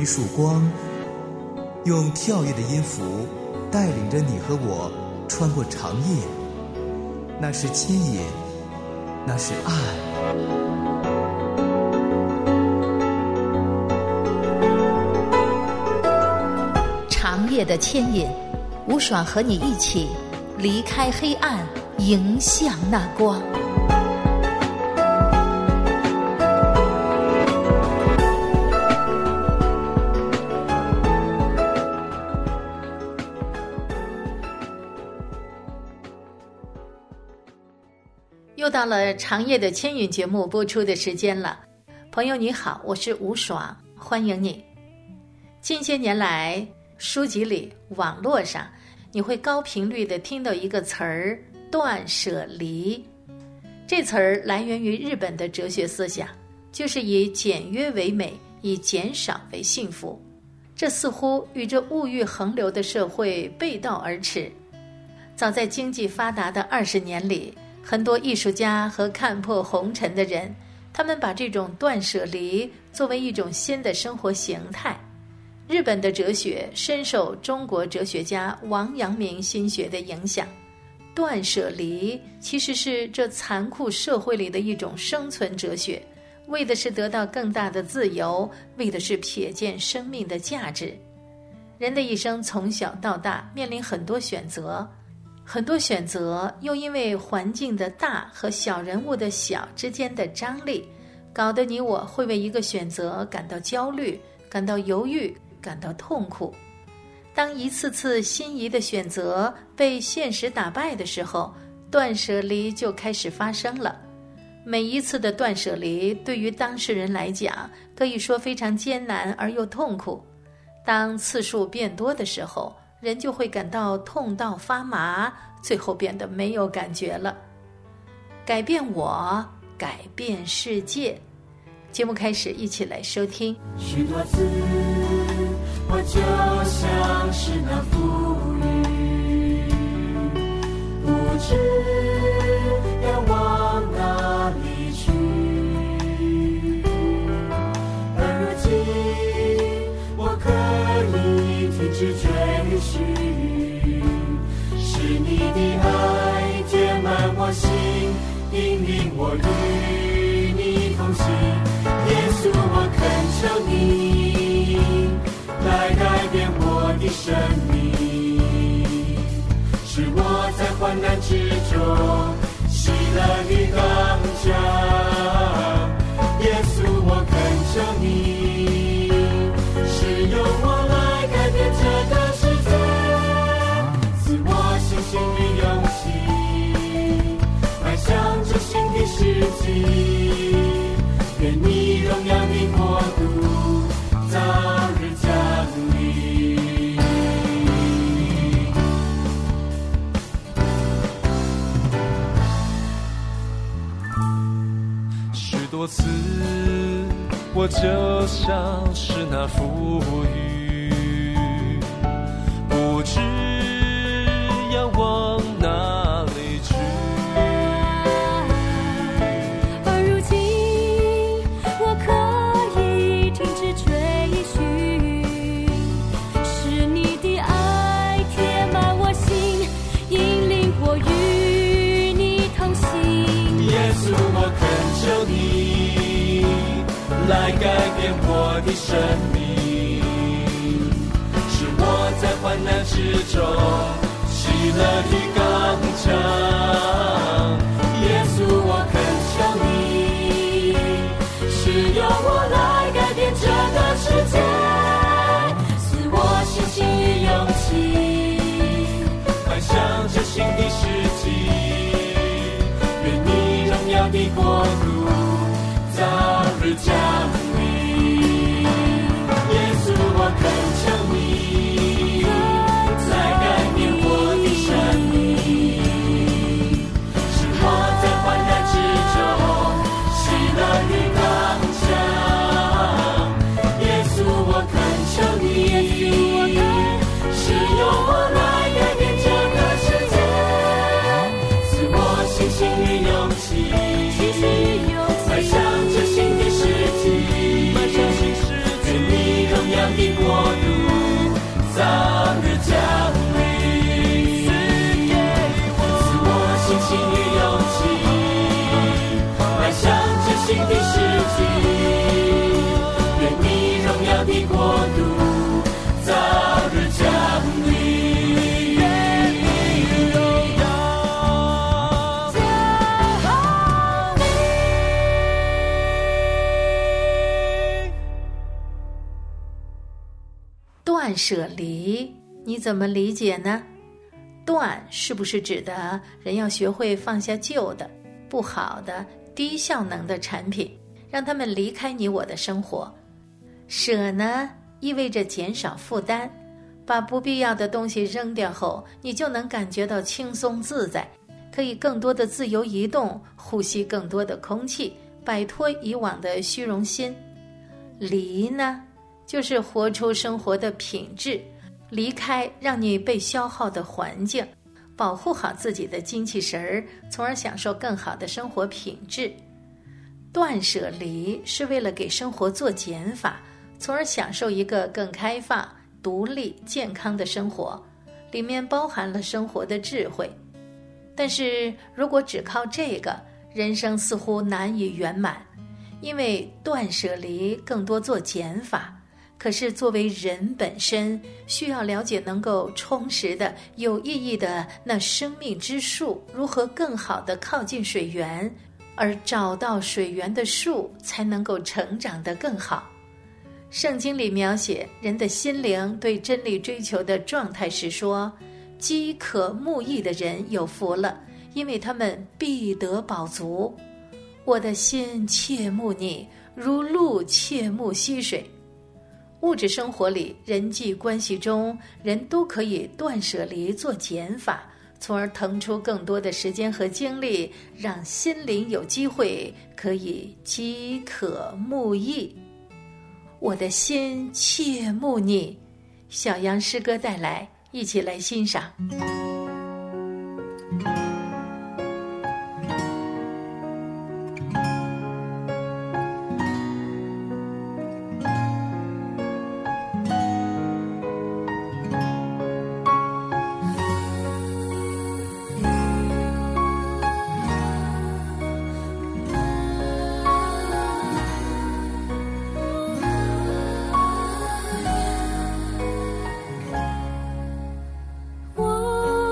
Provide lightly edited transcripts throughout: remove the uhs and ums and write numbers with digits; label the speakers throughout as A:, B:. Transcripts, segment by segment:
A: 一束光，用跳跃的音符带领着你和我穿过长夜。那是牵引，那是爱。
B: 长夜的牵引，吴爽和你一起离开黑暗，迎向那光。又到了长夜的牵引节目播出的时间了，朋友你好，我是吴爽，欢迎你。近些年来，书籍里、网络上，你会高频率地听到一个词儿“断舍离”。这词儿来源于日本的哲学思想，就是以简约为美，以减少为幸福。这似乎与这物欲横流的社会背道而驰。早在经济发达的20年里，很多艺术家和看破红尘的人，他们把这种断舍离作为一种新的生活形态。日本的哲学深受中国哲学家王阳明心学的影响，断舍离其实是这残酷社会里的一种生存哲学，为的是得到更大的自由，为的是瞥见生命的价值。人的一生从小到大面临很多选择，很多选择又因为环境的大和小人物的小之间的张力，搞得你我会为一个选择感到焦虑，感到犹豫，感到痛苦。当一次次心仪的选择被现实打败的时候，断舍离就开始发生了。每一次的断舍离对于当事人来讲，可以说非常艰难而又痛苦。当次数变多的时候，人就会感到痛到发麻，最后变得没有感觉了。改变我，改变世界。节目开始，一起来收听。
C: 许多次我就像是那浮云，不知要往哪里去，而如今我可以停止追寻，是你的爱填满我心，引领我与你同行。耶稣，我恳求你来改变我的生命，使我在患难之中喜乐与刚强。耶稣，我恳求你使用我来改变这个世界，赐我信心与勇气，迈向这新的世纪。愿你荣耀的国度早日降临。
D: 许多次我就像是那浮云，不知要往哪里去，
C: 求你来改变我的生命，使我在患难之中喜乐的刚强。耶稣，我恳求你使用我来改变这个世界，赐我信心与勇气，迈向这新的世纪。荣耀的国度早日降临。耶稣，我恳求你来改变我的生命，使我在患难之中喜乐与刚强。耶稣，我恳求你使用我来改变这个世界，赐我信心与勇气， 境，愿你荣耀的国度早日降临，愿你荣耀降临。
B: 断舍离，你怎么理解呢？断是不是指的人要学会放下旧的、不好的、低效能的产品，让他们离开你我的生活？舍呢，意味着减少负担，把不必要的东西扔掉后，你就能感觉到轻松自在，可以更多的自由移动，呼吸更多的空气，摆脱以往的虚荣心。离呢，就是活出生活的品质，离开让你被消耗的环境，保护好自己的精气神儿，从而享受更好的生活品质。断舍离是为了给生活做减法，从而享受一个更开放、独立、健康的生活，里面包含了生活的智慧。但是如果只靠这个，人生似乎难以圆满，因为断舍离更多做减法。可是作为人本身，需要了解能够充实的、有意义的那生命之树如何更好地靠近水源，而找到水源的树才能够成长得更好。圣经里描写人的心灵对真理追求的状态时说，饥渴慕义的人有福了，因为他们必得饱足。我的心切慕你，如鹿切慕溪水。物质生活里，人际关系中，人都可以断舍离做减法，从而腾出更多的时间和精力，让心灵有机会可以饥渴慕义。我的心切慕你，小杨诗歌带来，一起来欣赏。
E: 我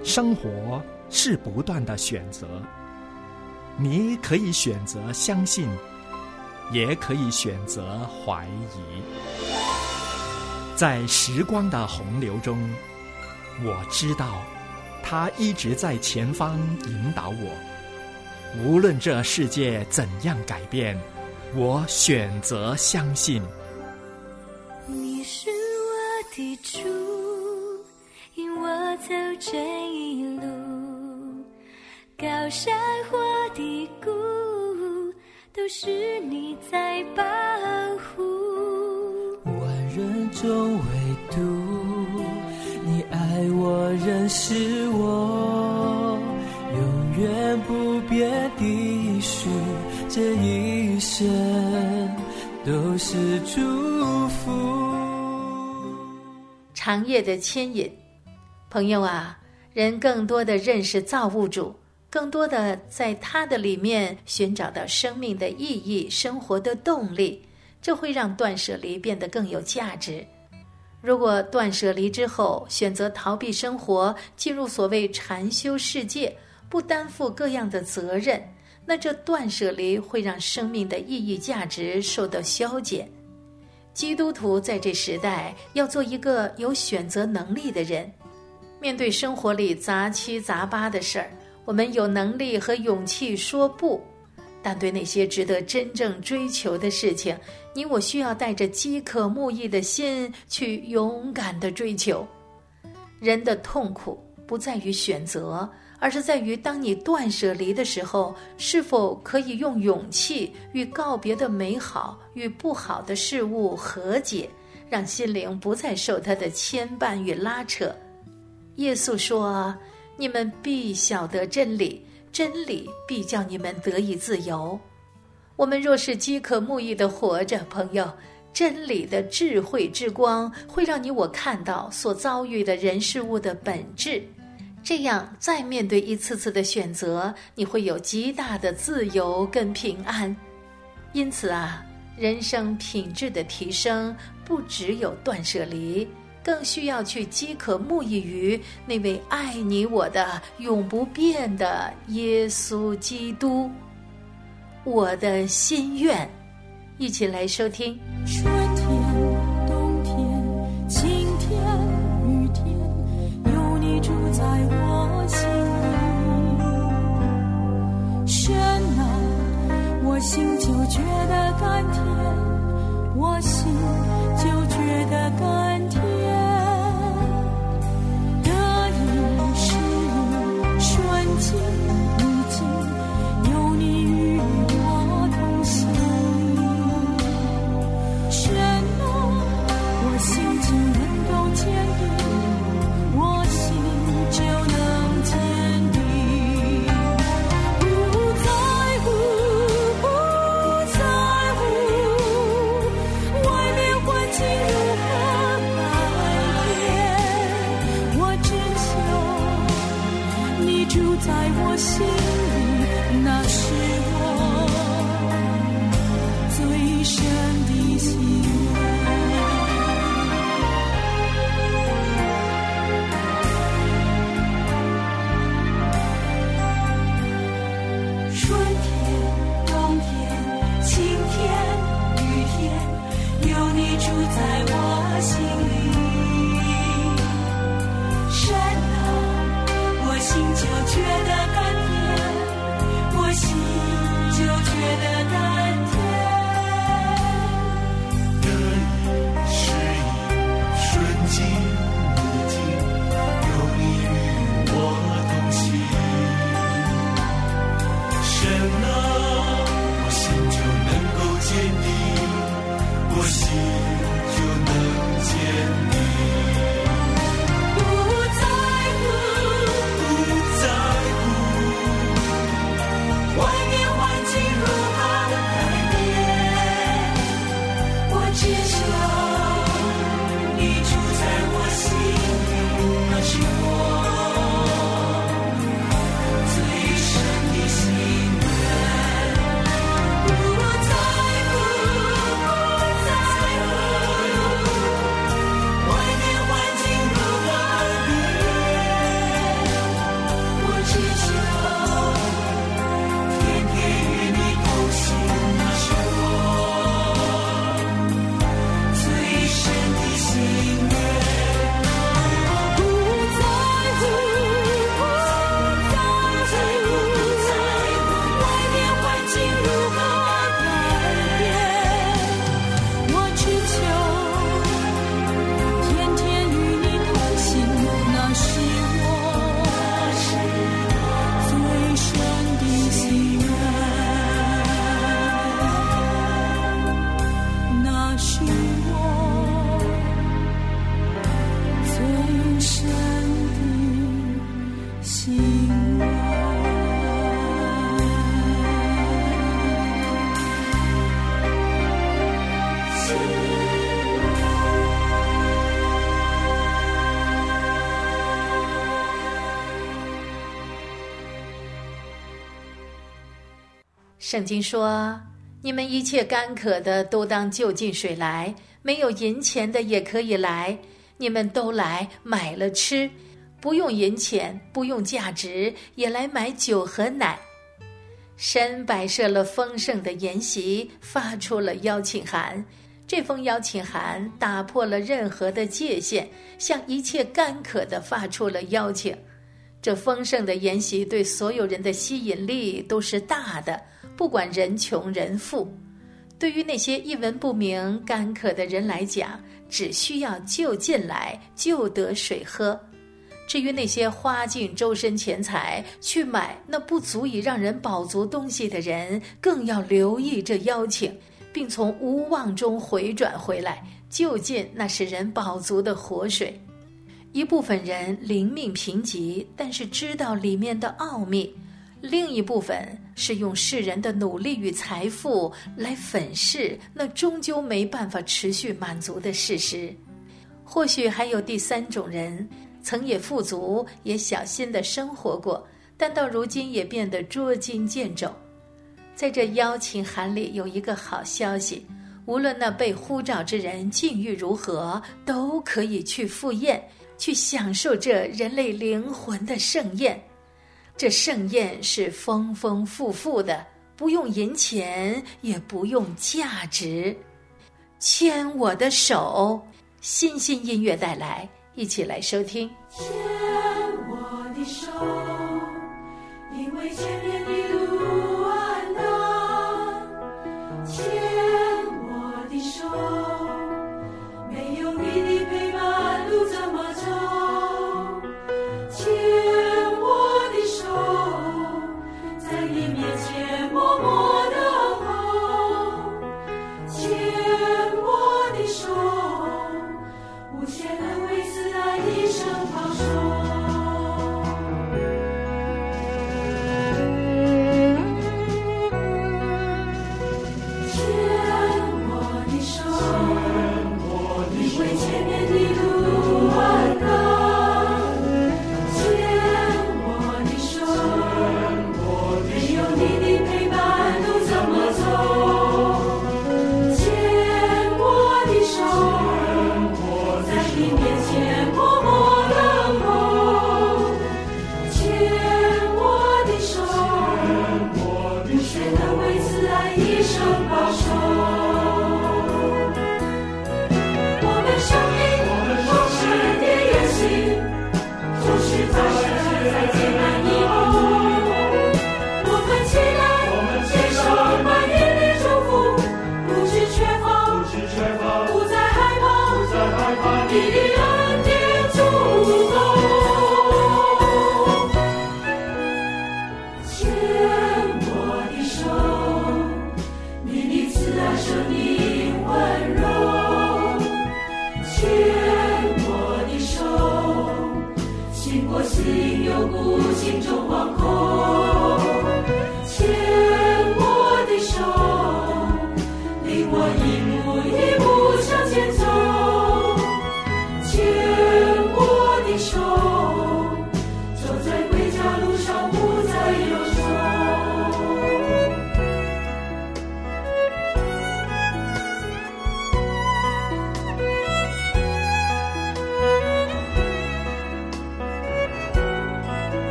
E: 生活是不断的选择，你可以选择相信，也可以选择怀疑。在时光的洪流中，我知道他一直在前方引导我。无论这世界怎样改变，我选择相信。
F: 你是我的主，引我走这一路，高山或低谷，都是你在保护。
C: 万人中唯独你爱我，认识我，永远不变的许，这一生都是祝福。
B: 长夜的牵引，朋友啊，人更多的认识造物主，更多的在他的里面寻找到生命的意义、生活的动力，这会让断舍离变得更有价值。如果断舍离之后选择逃避生活，进入所谓禅修世界，不担负各样的责任，那这断舍离会让生命的意义价值受到消减。基督徒在这时代要做一个有选择能力的人，面对生活里杂七杂八的事儿，我们有能力和勇气说不，但对那些值得真正追求的事情，你我需要带着饥渴慕义的心去勇敢地追求。人的痛苦不在于选择，而是在于当你断舍离的时候，是否可以用勇气与告别的美好与不好的事物和解，让心灵不再受它的牵绊与拉扯。耶稣说，你们必晓得真理，真理必叫你们得以自由。我们若是饥渴慕义地活着，朋友，真理的智慧之光会让你我看到所遭遇的人事物的本质，这样再面对一次次的选择，你会有极大的自由跟平安。因此啊，人生品质的提升不只有断舍离，更需要去饥渴慕义于那位爱你我的永不变的耶稣基督。我的心愿，一起来收听。
F: 春天、冬天、晴天、雨天，有你住在我心里。神啊，我心就觉得甘甜，我心就觉得甘甜。得意失意，顺境逆境，有你与我同行。神啊，我心就能够坚定，我心就能坚定。不在乎，不在乎，外面环境如何改变，我只求你住在我心里，那是我最深的心愿。春天、冬天、晴天、雨天，有你住在我心里。神啊，我心就觉得甘甜，我心就觉得甘甜。
C: 得意失意，顺境逆境，有你与我同行。神啊，我心就能够坚定，我心就能坚定。
F: 不在乎，
C: 不在乎
F: 外面环境如何心爱。
B: 圣经说，你们一切干渴的都当就近水来，没有银钱的也可以来，你们都来买了吃，不用银钱，不用价值，也来买酒和奶。神摆设了丰盛的筵席，发出了邀请函。这封邀请函打破了任何的界限，向一切干渴的发出了邀请。这丰盛的筵席对所有人的吸引力都是大的，不管人穷人富。对于那些一文不名干渴的人来讲，只需要就近来就得水喝。至于那些花尽周身钱财去买那不足以让人饱足东西的人，更要留意这邀请，并从无望中回转回来，就近那使人饱足的活水。一部分人灵命贫瘠，但是知道里面的奥秘；另一部分是用世人的努力与财富来粉饰那终究没办法持续满足的事实。或许还有第三种人，曾也富足，也小心地生活过，但到如今也变得捉襟见肘。在这邀请函里有一个好消息，无论那被呼召之人境遇如何，都可以去赴宴，去享受这人类灵魂的盛宴。这盛宴是丰丰富富的，不用银钱，也不用价值。牵我的手，新兴音乐带来，一起来收听。
F: 牵我的手，因为前面的路很大。牵我的手，没有你的陪伴，路怎么走？牵我的手，在你面前默默等候。牵我的手，无限的为慈爱一生保守。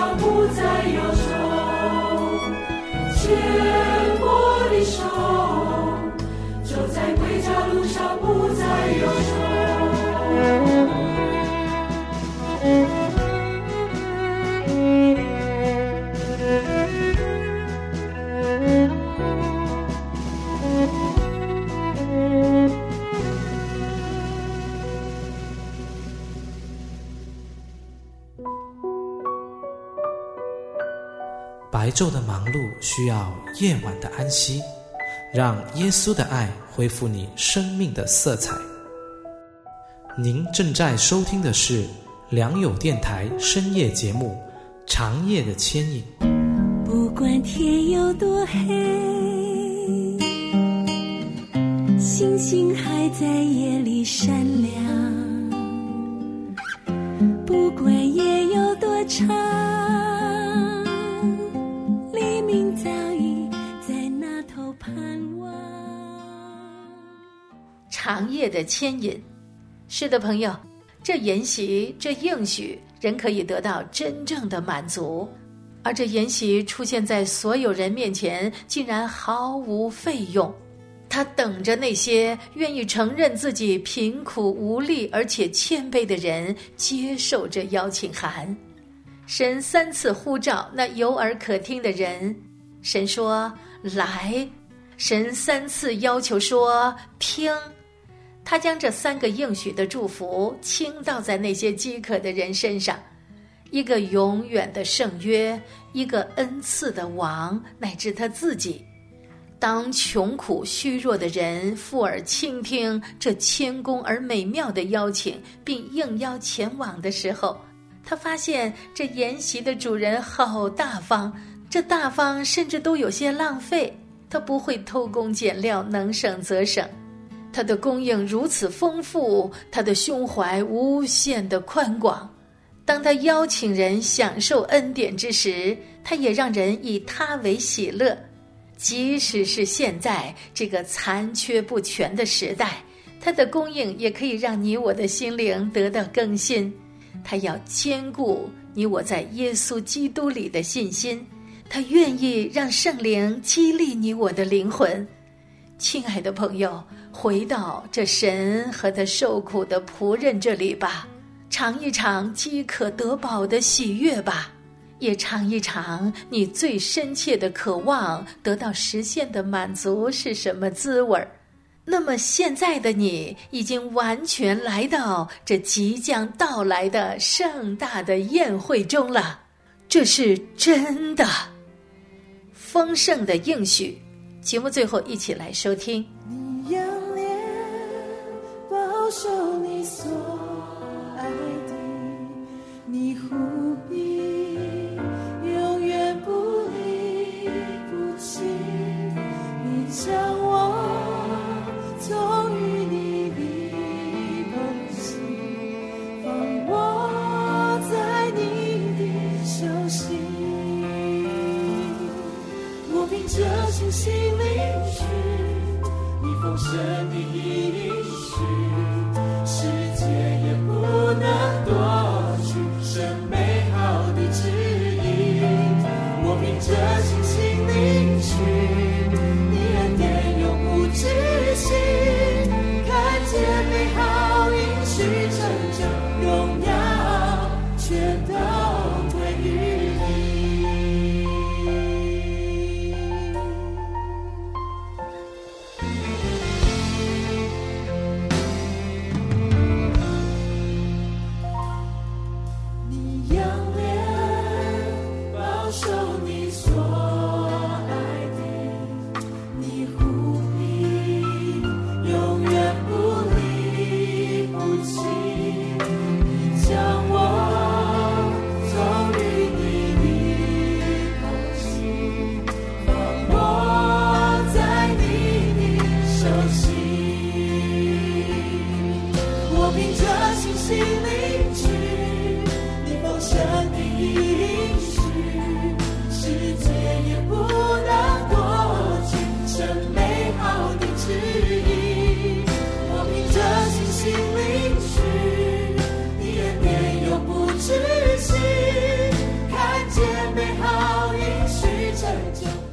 F: 上不再忧愁，牵我的手，走在归家路上不再忧愁。
G: 白昼的忙碌需要夜晚的安息，让耶稣的爱恢复你生命的色彩。您正在收听的是良友电台深夜节目《长夜的牵引》。
H: 不管天有多黑，星星还在夜里闪亮，不管夜有多长，黎明早已在那头盼望。
B: 长夜的牵引。是的，朋友，这筵席，这应许，人可以得到真正的满足，而这筵席出现在所有人面前，竟然毫无费用。他等着那些愿意承认自己贫苦无力而且谦卑的人接受这邀请函。神3次呼召那有耳可听的人，神说来，神3次要求说听。他将这3个应许的祝福倾倒在那些饥渴的人身上，一个永远的圣约，一个恩赐的王，乃至他自己。当穷苦虚弱的人附耳倾听这谦恭而美妙的邀请，并应邀前往的时候，他发现这筵席的主人好大方，这大方甚至都有些浪费。他不会偷工减料，能省则省。他的供应如此丰富，他的胸怀无限的宽广。当他邀请人享受恩典之时，他也让人以他为喜乐。即使是现在这个残缺不全的时代，他的供应也可以让你我的心灵得到更新。他要坚固你我在耶稣基督里的信心，他愿意让圣灵激励你我的灵魂。亲爱的朋友，回到这神和他受苦的仆人这里吧，尝一尝饥渴得饱的喜悦吧，也尝一尝你最深切的渴望得到实现的满足是什么滋味。那么现在的你已经完全来到这即将到来的盛大的宴会中了，这是真的。丰盛的应许，节目最后一起来收听。
F: 你仰脸保守你所爱的，你护庇永远不离不弃，你将我从与你的同行，放我在你的手心。我凭着信心领取你丰盛的应许，世界也不能夺去神美好的旨意。我凭着信心领取你恩典永不止息，看见美好应许成就，荣耀全都归于你。你仰脸保守你所爱的，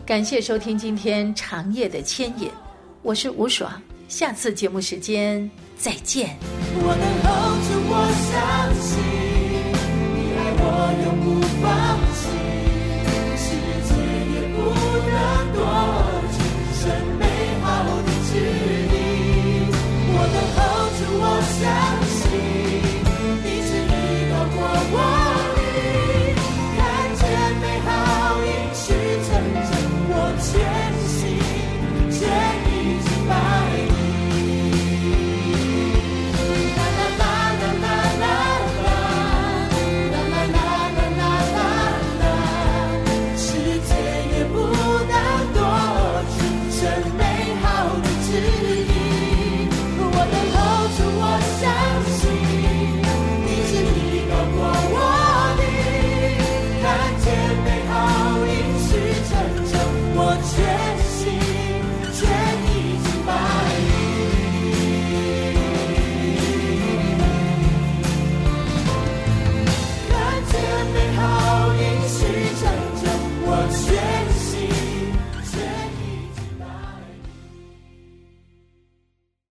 B: 感谢收听今天长夜的牵引，我是吴爽，下次节目时间再见。
F: 我等候着，我相信。